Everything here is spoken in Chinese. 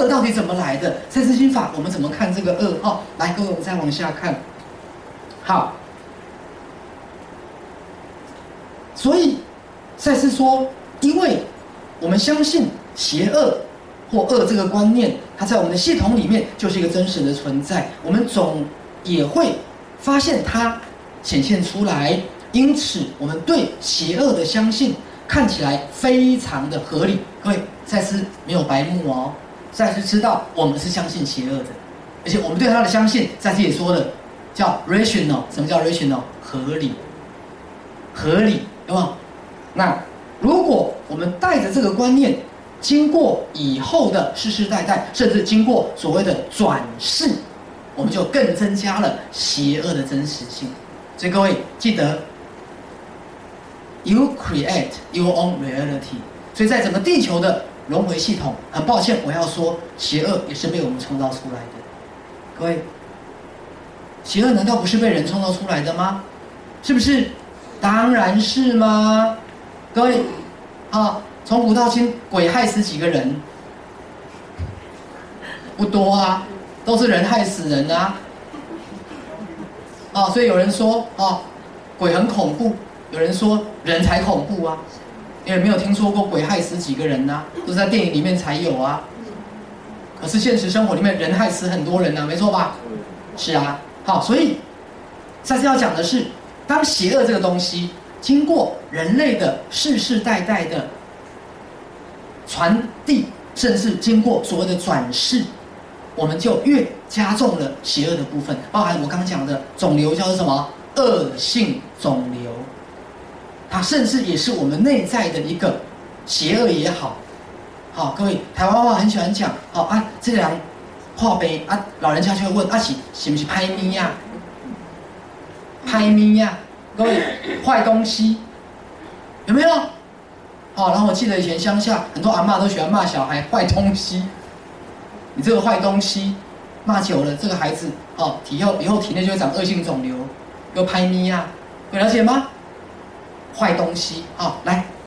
恶到底怎么来的？赛斯心法我们怎么看这个恶？哦，来，各位，我们再往下看。好，所以赛斯说，因为我们相信邪恶或恶这个观念，它在我们的系统里面就是一个真实的存在，我们总也会发现它显现出来，因此我们对邪恶的相信看起来非常的合理。各位，赛斯没有白目哦，赛斯知道我们是相信邪恶的，而且我们对他的相信，赛斯也说了，叫 rational。什么叫 rational？ 合理，合理，对吧？那如果我们带着这个观念，经过以后的世世代代，甚至经过所谓的转世，我们就更增加了邪恶的真实性。所以各位记得 ，You create your own reality。所以在整个地球的轮回系统，很抱歉，我要说，邪恶也是被我们创造出来的。各位，邪恶难道不是被人创造出来的吗？是不是？当然是吗？各位，从古到今，鬼害死几个人？不多啊，都是人害死人啊。所以有人说鬼很恐怖，有人说人才恐怖啊，因为没有听说过鬼害死几个人啊，都是在电影里面才有啊。可是现实生活里面，人害死很多人啊，没错吧？是啊。好，所以赛斯要讲的是，当邪恶这个东西经过人类的世世代代的传递，甚至经过所谓的转世，我们就越加重了邪恶的部分，包含我刚刚讲的肿瘤叫做什么？恶性肿瘤，它甚至也是我们内在的一个邪恶也好。好，各位，台湾话很喜欢讲，这两话杯老人家就会问，是不是拍咪呀？拍咪呀？各位，坏东西有没有？然后我记得以前乡下很多阿嬷都喜欢骂小孩坏东西，你这个坏东西，骂久了，这个孩子以后体内就会长恶性肿瘤，又拍咪呀，有了解吗？坏东西来，